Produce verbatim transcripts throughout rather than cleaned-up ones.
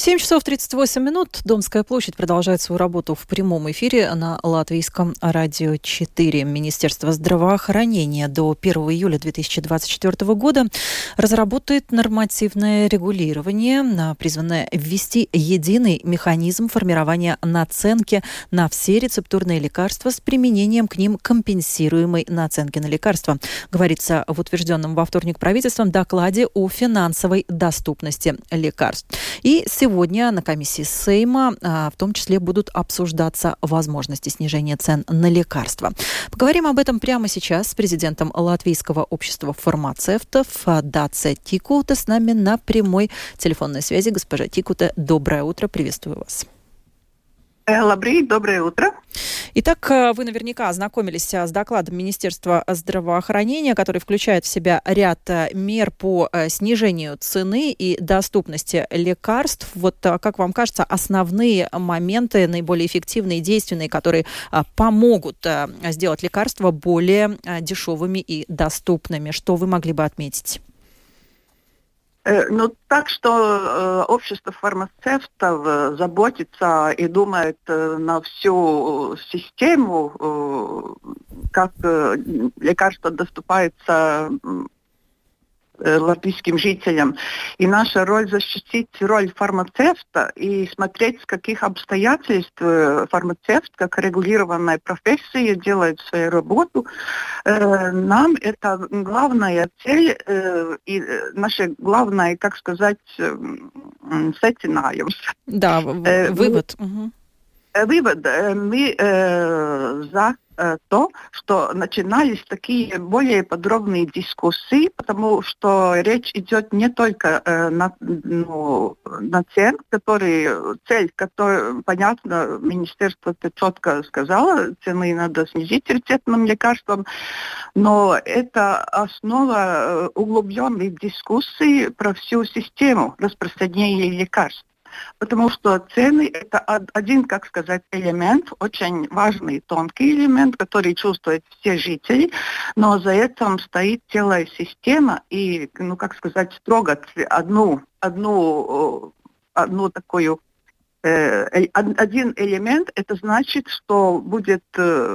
семь часов тридцать восемь минут. Домская площадь продолжает свою работу в прямом эфире на Латвийском радио четыре. Министерство здравоохранения до первого июля две тысячи двадцать четвёртого года разработает нормативное регулирование, призванное ввести единый механизм формирования наценки на все рецептурные лекарства с применением к ним компенсируемой наценки на лекарства, говорится в утвержденном во вторник правительством докладе о финансовой доступности лекарств. И сегодня на комиссии Сейма а, в том числе будут обсуждаться возможности снижения цен на лекарства. Поговорим об этом прямо сейчас с президентом Латвийского общества фармацевтов Даце Тикуте. С нами на прямой телефонной связи. Госпожа Тикуте, доброе утро, приветствую вас. Лабрит, доброе утро. Итак, вы наверняка ознакомились с докладом Министерства здравоохранения, который включает в себя ряд мер по снижению цены и доступности лекарств. Вот, как вам кажется, основные моменты, наиболее эффективные и действенные, которые помогут сделать лекарства более дешевыми и доступными? Что вы могли бы отметить? Ну, так что э, общество фармацевтов э, заботится и думает э, на всю систему, э, как э, лекарство доступается э, латвийским жителям. И наша роль защитить роль фармацевта и смотреть, с каких обстоятельств фармацевт, как регулированная профессия, делает свою работу. Э, нам это главная цель э, и наша главная, как сказать, э, secinājums. Да, э, вывод. Мы, угу. Вывод. Мы э, за то, что начинались такие более подробные дискуссии, потому что речь идет не только э, на, ну, на цен, который, цель, которую, понятно, министерство четко сказало, цены надо снизить рецептным лекарствам, но это основа углубленной дискуссии про всю систему распространения лекарств. Потому что цены – это один, как сказать, элемент, очень важный, тонкий элемент, который чувствуют все жители, но за этим стоит целая система, и, ну, как сказать, трогать одну, одну, одну такую один элемент, это значит, что будет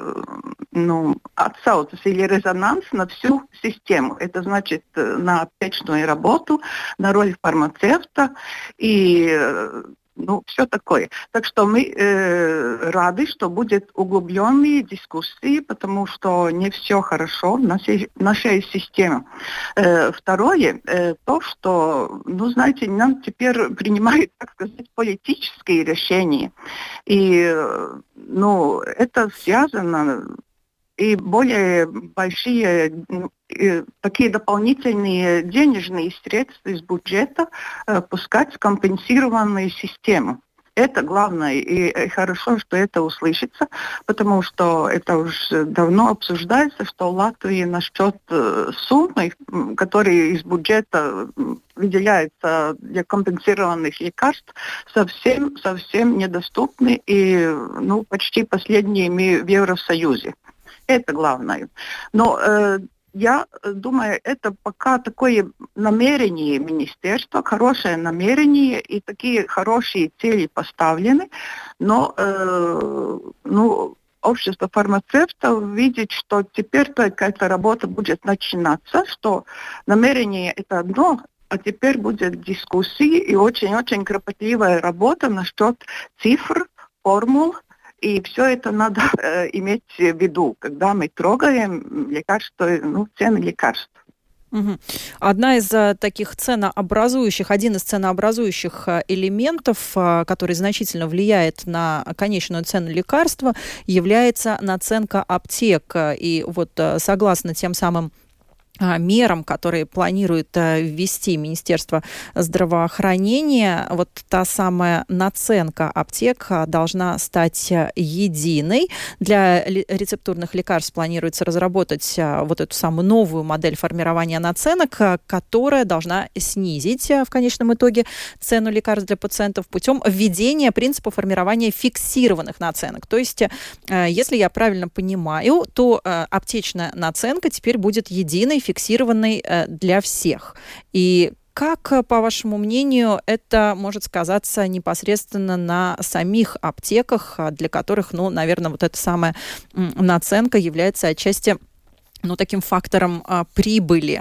ну, отсаутс или резонанс на всю систему. Это значит на аптечную работу, на роль фармацевта и ну, все такое. Так что мы э, рады, что будут углубленные дискуссии, потому что не все хорошо в нашей, нашей системе. Э, второе, э, то, что, ну, знаете, нам теперь принимают, так сказать, политические решения. И, ну, это связано и более большие и такие дополнительные денежные средства из бюджета э, пускать в компенсированную систему. Это главное, и, и хорошо, что это услышится, потому что это уже давно обсуждается, что в Латвии насчет э, суммы, которые из бюджета выделяются для компенсированных лекарств, совсем, совсем недоступны и ну, почти последние мы в Евросоюзе. Это главное. Но э, я думаю, это пока такое намерение министерства, хорошее намерение и такие хорошие цели поставлены, но э, ну, общество фармацевтов видит, что теперь только эта работа будет начинаться, что намерение это одно, а теперь будет дискуссии и очень-очень кропотливая работа насчет цифр, формул. И все это надо э, иметь в виду, когда мы трогаем лекарства, ну, цены лекарств. Угу. Одна из а, таких ценообразующих, один из ценообразующих а, элементов, а, который значительно влияет на конечную цену лекарства, является наценка аптек. И вот а, согласно тем самым мерам, которые планирует ввести Министерство здравоохранения, вот та самая наценка аптек должна стать единой. Для рецептурных лекарств планируется разработать вот эту самую новую модель формирования наценок, которая должна снизить в конечном итоге цену лекарств для пациентов путем введения принципа формирования фиксированных наценок. То есть, если я правильно понимаю, то аптечная наценка теперь будет единой, фиксированной для всех. И как, по вашему мнению, это может сказаться непосредственно на самих аптеках, для которых, ну, наверное, вот эта самая наценка является отчасти, ну, таким фактором а, прибыли?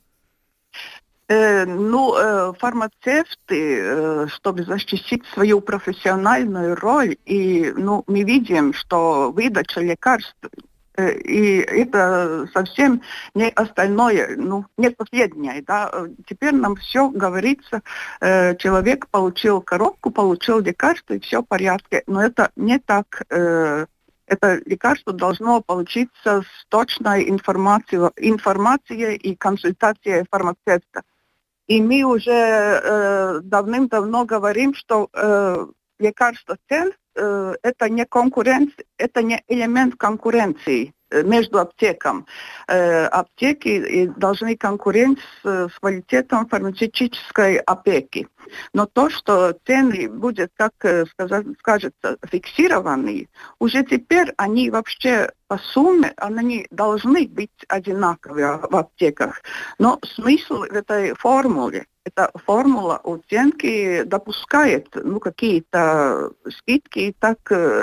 Э, ну, э, фармацевты, э, чтобы защитить свою профессиональную роль, и, ну, мы видим, что выдача лекарств, э, и это совсем не остальное, ну, не последнее, да. Теперь нам все говорится, э, человек получил коробку, получил лекарство, и все в порядке. Но это не так. Э, Это лекарство должно получиться с точной информацией, информацией и консультацией фармацевта. И мы уже э, давным-давно говорим, что э, лекарство цен э, это не конкуренция, это не элемент конкуренции э, между аптеками. Э, аптеки должны конкурировать с, с квалитетом фармацевтической опеки. Но то, что цены будут, как сказать, скажется, фиксированы, уже теперь они вообще по сумме, они должны быть одинаковые в аптеках. Но смысл в этой формуле, эта формула оценки допускает, ну, какие-то скидки, так,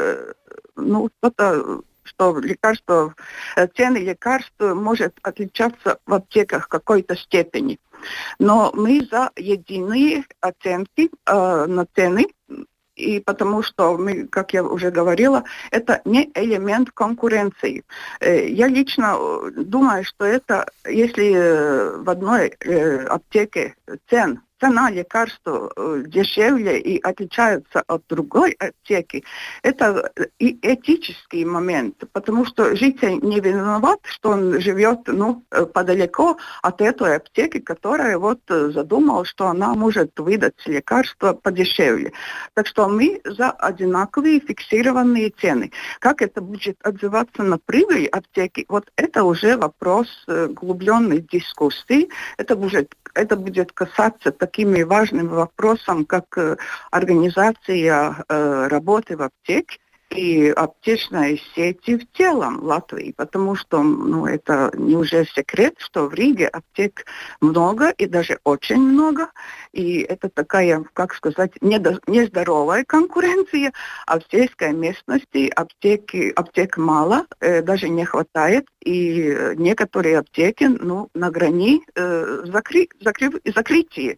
ну, что-то, что лекарство, цены лекарств может отличаться в аптеках в какой-то степени. Но мы за единые оценки э, на цены, и потому что мы, как я уже говорила, это не элемент конкуренции. Э, я лично думаю, что это, если в одной э, аптеке цен, цена лекарства э, дешевле и отличается от другой аптеки, это и этический момент, потому что житель не виноват, что он живет, ну, подалеку от этой аптеки, которая вот задумала, что она может выдать лекарства подешевле. Так что мы за одинаковые фиксированные цены. Как это будет отзываться на прибыль аптеки, вот это уже вопрос углубленной дискуссии. Это будет, это будет касаться такими важными вопросами, как э, организация э, работы в аптеке и аптечной сети в целом Латвии, потому что, ну, это не уже секрет, что в Риге аптек много и даже очень много, и это такая, как сказать, недо, нездоровая конкуренция, а в сельской местности аптеки, аптек мало, э, даже не хватает, и некоторые аптеки, ну, на грани э, закры, закры, закрытия.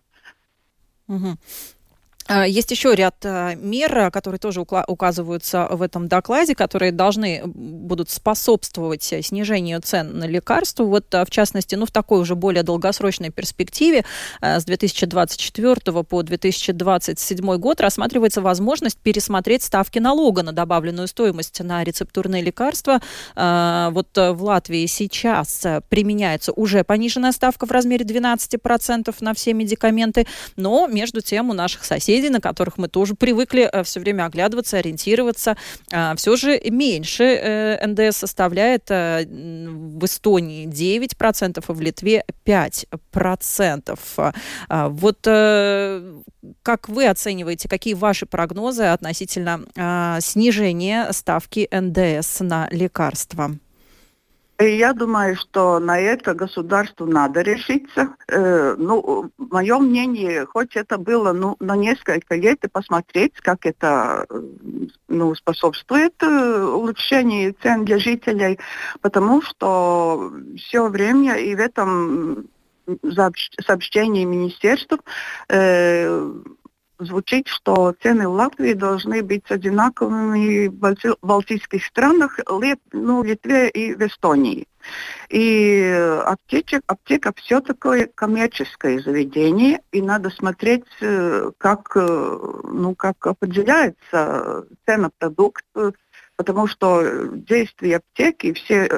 Угу. Есть еще ряд мер, которые тоже указываются в этом докладе, которые должны будут способствовать снижению цен на лекарства. Вот, в частности, ну, в такой уже более долгосрочной перспективе с две тысячи двадцать четвёртого по две тысячи двадцать седьмой год рассматривается возможность пересмотреть ставки налога на добавленную стоимость на рецептурные лекарства. Вот в Латвии сейчас применяется уже пониженная ставка в размере двенадцать процентов на все медикаменты, но между тем у наших соседей, на которых мы тоже привыкли все время оглядываться, ориентироваться, все же меньше эн дэ эс составляет в Эстонии девять процентов, а в Литве пять процентов. Вот как вы оцениваете, какие ваши прогнозы относительно снижения ставки эн дэ эс на лекарства? Я думаю, что на это государству надо решиться. Э, ну, мое мнение, хоть это было, ну, на несколько лет, и посмотреть, как это, ну, способствует э, улучшению цен для жителей, потому что все время и в этом сообщении министерства э, звучит, что цены в Латвии должны быть одинаковыми в балтийских странах, ну, в Литве и в Эстонии. И аптечек, аптека все-таки коммерческое заведение, и надо смотреть, как, ну, как определяется цена продукта, потому что действия аптеки, все,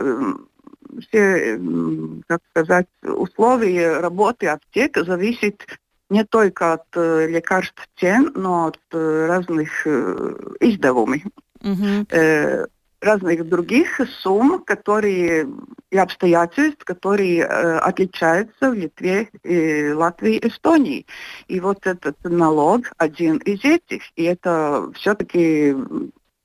все, как сказать, условия работы аптек зависят не только от э, лекарств цен, но от э, разных э, издавов, mm-hmm. э, разных других сумм, которые и обстоятельств, которые э, отличаются в Литве, э, Латвии, Эстонии. И вот этот налог один из этих. И это все-таки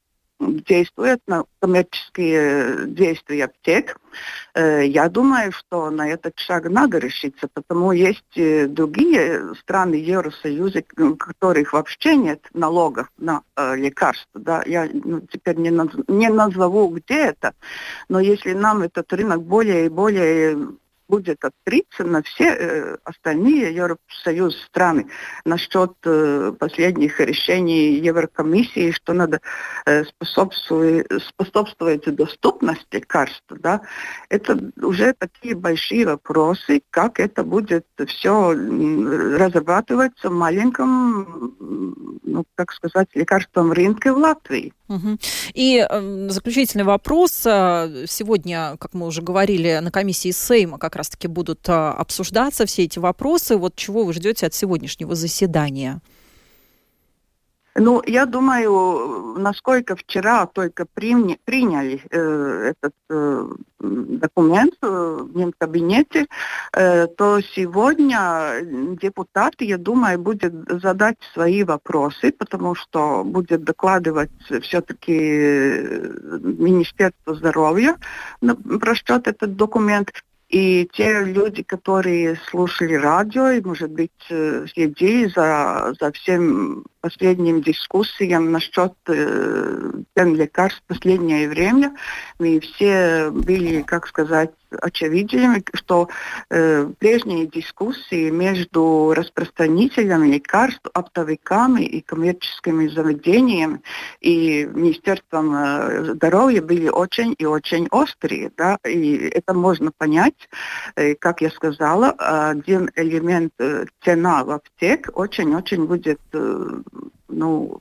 действует на коммерческие действия аптек. Я думаю, что на этот шаг надо решиться, потому есть другие страны Евросоюза, у которых вообще нет налогов на лекарства. Да? Я ну, теперь не, наз... не назову, где это, но если нам этот рынок более и более будет открыться на все э, остальные Евросоюз страны насчет э, последних решений Еврокомиссии, что надо э, способствовать, способствовать доступности лекарств, да, это уже такие большие вопросы, как это будет все разрабатываться в маленьком, ну, как сказать, лекарственном рынке в Латвии. Угу. И э, заключительный вопрос. Сегодня, как мы уже говорили, на комиссии Сейма как раз-таки будут э, обсуждаться все эти вопросы. Вот чего вы ждете от сегодняшнего заседания? Ну, я думаю, насколько вчера только приня- приняли э, этот э, документ в Минкабинете, э, то сегодня депутаты, я думаю, будут задать свои вопросы, потому что будет докладывать все-таки Министерство здоровья про что этот документ. И те люди, которые слушали радио и, может быть, следили за, за всем последним дискуссиям насчет э, тем лекарств в последнее время, мы все были, как сказать, очевидными, что э, прежние дискуссии между распространителями лекарств, оптовиками и коммерческими заведениями и Министерством э, здоровья были очень и очень острые. Да? И это можно понять. Э, как я сказала, один элемент э, цена в аптек очень-очень будет э, ну,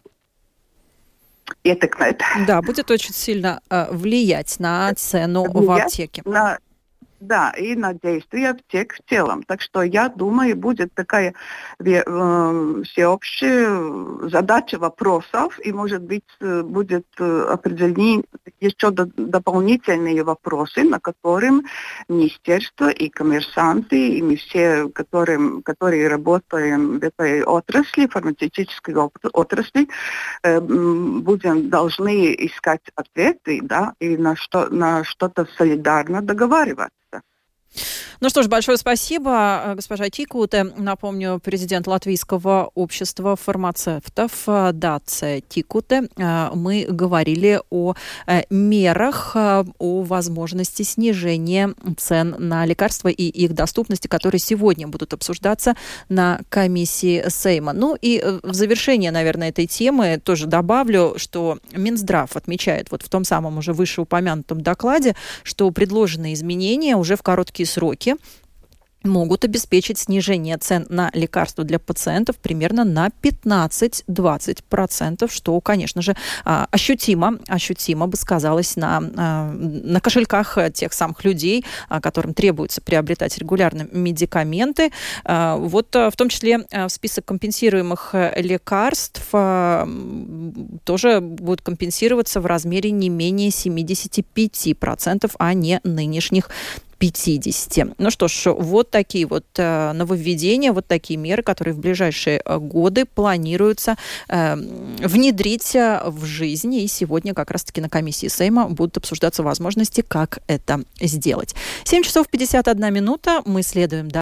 это, да, будет очень сильно э, влиять на цену влиять в аптеке. На, да, и на действие аптек в целом. Так что я думаю, будет такая э, всеобщая задача вопросов, и, может быть, будет определены еще до, дополнительные вопросы, на которых министерство и коммерсанты, и мы все, которым, которые работаем в этой отрасли, фармацевтической отрасли, э, будем должны искать ответы, да, и на, что, на что-то солидарно договариваться. Ну что ж, большое спасибо, госпожа Тикуте. Напомню, президент Латвийского общества фармацевтов Даце Тикуте. Мы говорили о мерах, о возможности снижения цен на лекарства и их доступности, которые сегодня будут обсуждаться на комиссии Сейма. Ну и в завершение, наверное, этой темы тоже добавлю, что Минздрав отмечает вот в том самом уже вышеупомянутом докладе, что предложенные изменения уже в короткие сроки могут обеспечить снижение цен на лекарства для пациентов примерно на пятнадцать-двадцать процентов, что, конечно же, ощутимо, ощутимо бы сказалось на, на кошельках тех самых людей, которым требуется приобретать регулярно медикаменты. Вот в том числе в список компенсируемых лекарств тоже будет компенсироваться в размере не менее семьдесят пять процентов, а не нынешних пятьдесят. Ну что ж, вот такие вот э, нововведения, вот такие меры, которые в ближайшие э, годы планируется э, внедрить э, в жизнь. И сегодня как раз-таки на комиссии Сейма будут обсуждаться возможности, как это сделать. семь часов пятьдесят одна минута. Мы следуем дальше.